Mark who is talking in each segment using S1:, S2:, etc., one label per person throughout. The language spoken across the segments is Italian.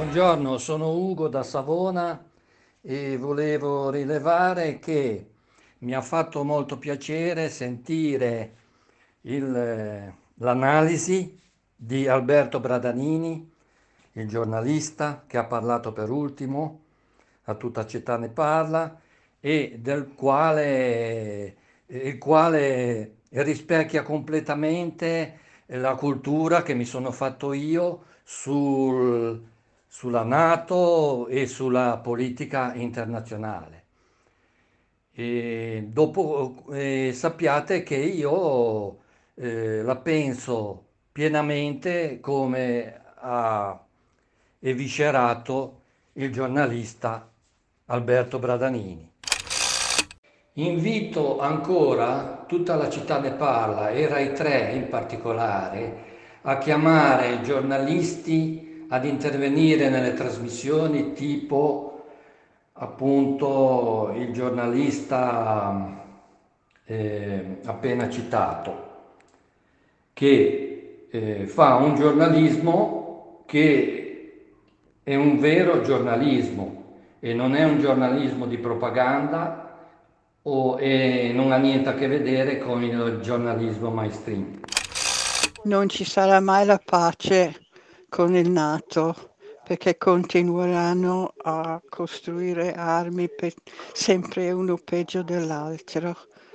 S1: Buongiorno, sono Ugo da Savona e volevo rilevare che mi ha fatto molto piacere sentire l'analisi di Alberto Bradanini, il giornalista che ha parlato per ultimo, a tutta città ne parla, e il quale rispecchia completamente la cultura che mi sono fatto io sulla NATO e sulla politica internazionale. E dopo sappiate che io la penso pienamente come ha eviscerato il giornalista Alberto Bradanini. Invito ancora tutta la città ne parla e Rai 3 in particolare a chiamare i giornalisti ad intervenire nelle trasmissioni tipo appunto il giornalista appena citato, che fa un giornalismo che è un vero giornalismo e non è un giornalismo di propaganda e non ha niente a che vedere con il giornalismo mainstream.
S2: Non ci sarà mai la pace con il NATO perché continueranno a costruire armi sempre uno peggio dell'altro.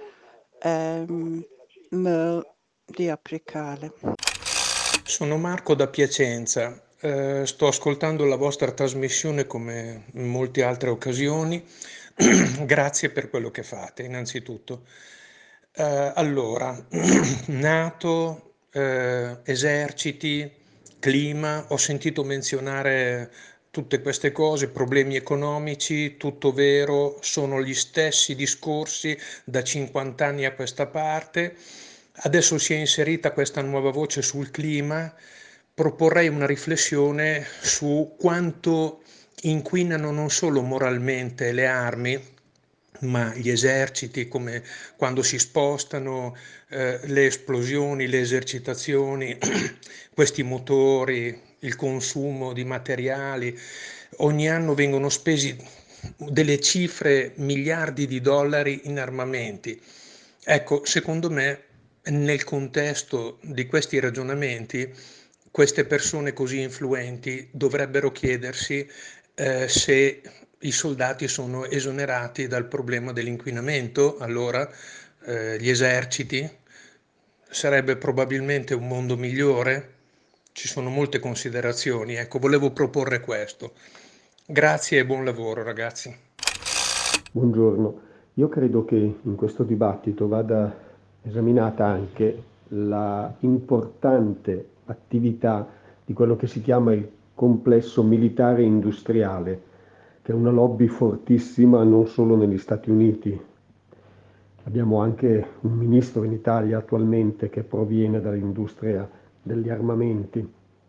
S2: Di applicare.
S3: Sono Marco da Piacenza, sto ascoltando la vostra trasmissione come in molte altre occasioni. Grazie per quello che fate, innanzitutto. Allora, NATO, eserciti, clima, ho sentito menzionare tutte queste cose, problemi economici, tutto vero, sono gli stessi discorsi da 50 anni a questa parte. Adesso si è inserita questa nuova voce sul clima. Proporrei una riflessione su quanto inquinano non solo moralmente le armi, ma gli eserciti, come quando si spostano, le esplosioni, le esercitazioni, questi motori, il consumo di materiali. Ogni anno vengono spesi delle cifre, miliardi di dollari in armamenti. Ecco, secondo me, nel contesto di questi ragionamenti, queste persone così influenti dovrebbero chiedersi se i soldati sono esonerati dal problema dell'inquinamento. Allora gli eserciti, sarebbe probabilmente un mondo migliore. Ci sono molte considerazioni, ecco, volevo proporre questo. Grazie e buon lavoro, ragazzi.
S4: Buongiorno, io credo che in questo dibattito vada esaminata anche la importante attività di quello che si chiama il complesso militare industriale, che è una lobby fortissima non solo negli Stati Uniti. Abbiamo anche un ministro in Italia attualmente che proviene dall'industria degli armamenti.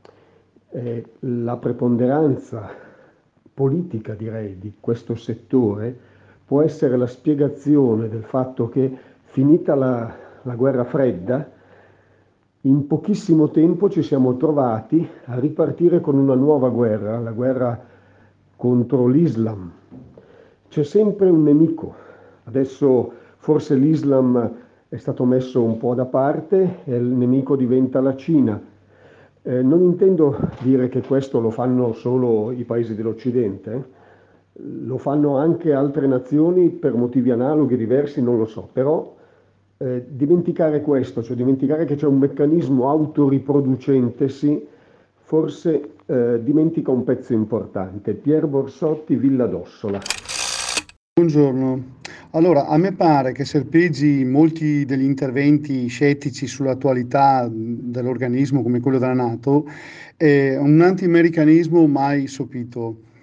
S4: La preponderanza politica, direi, di questo settore può essere la spiegazione del fatto che, finita la guerra fredda, in pochissimo tempo ci siamo trovati a ripartire con una nuova guerra, la guerra contro l'Islam. C'è sempre un nemico. Adesso forse l'Islam è stato messo un po' da parte e il nemico diventa la Cina. Non intendo dire che questo lo fanno solo i paesi dell'Occidente, lo fanno anche altre nazioni per motivi analoghi, diversi, non lo so, però dimenticare questo, cioè dimenticare che c'è un meccanismo autoriproducentesi, forse dimentica un pezzo importante. Pier Borsotti, Villa d'Ossola.
S5: Buongiorno. Allora, a me pare che serpeggi molti degli interventi scettici sull'attualità dell'organismo come quello della NATO, un anti-americanismo mai sopito.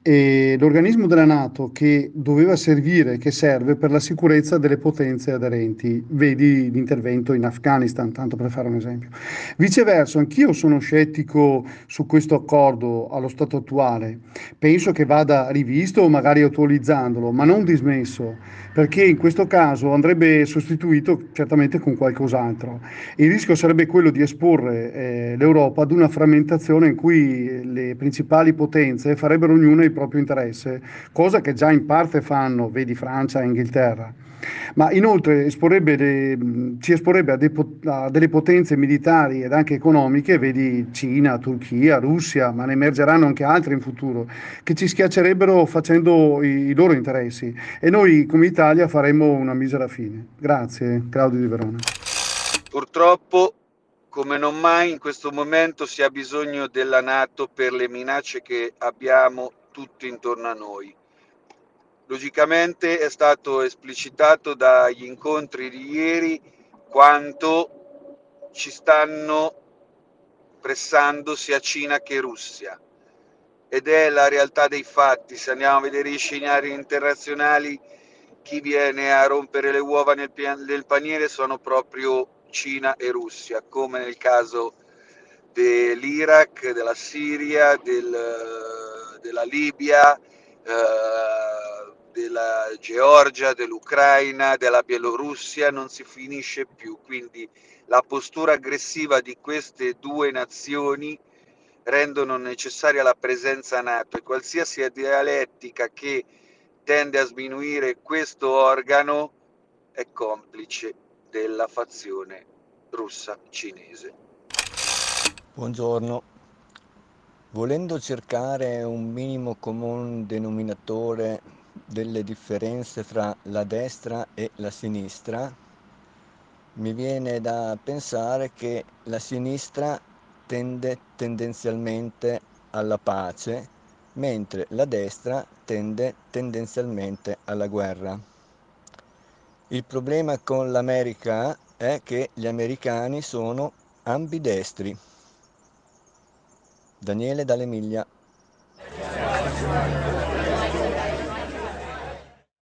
S5: e l'organismo della NATO che doveva servire, che serve per la sicurezza delle potenze aderenti. Vedi l'intervento in Afghanistan, tanto per fare un esempio. Viceversa, anch'io sono scettico su questo accordo allo stato attuale. Penso che vada rivisto o magari attualizzandolo, ma non dismesso, perché in questo caso andrebbe sostituito certamente con qualcos'altro. Il rischio sarebbe quello di esporre l'Europa ad una frammentazione in cui le principali potenze farebbero ognuna il proprio interesse, cosa che già in parte fanno, vedi Francia e Inghilterra. Ma inoltre ci esporrebbe a delle potenze militari ed anche economiche, vedi Cina, Turchia, Russia, ma ne emergeranno anche altre in futuro, che ci schiaccerebbero facendo i loro interessi e noi come Italia faremmo una misera fine. Grazie, Claudio di Verona.
S6: Purtroppo, come non mai, in questo momento si ha bisogno della NATO per le minacce che abbiamo tutti intorno a noi. Logicamente è stato esplicitato dagli incontri di ieri quanto ci stanno pressando sia Cina che Russia, ed è la realtà dei fatti. Se andiamo a vedere gli scenari internazionali, chi viene a rompere le uova nel paniere sono proprio Cina e Russia, come nel caso dell'Iraq, della Siria, della Libia, della Georgia, dell'Ucraina, della Bielorussia. Non si finisce più, quindi la postura aggressiva di queste due nazioni rendono necessaria la presenza NATO, e qualsiasi dialettica che tende a sminuire questo organo è complice della fazione russa cinese.
S7: Buongiorno. Volendo cercare un minimo comun denominatore delle differenze fra la destra e la sinistra, mi viene da pensare che la sinistra tende tendenzialmente alla pace, mentre la destra tende tendenzialmente alla guerra. Il problema con l'America è che gli americani sono ambidestri. Daniele Dall'Emilia.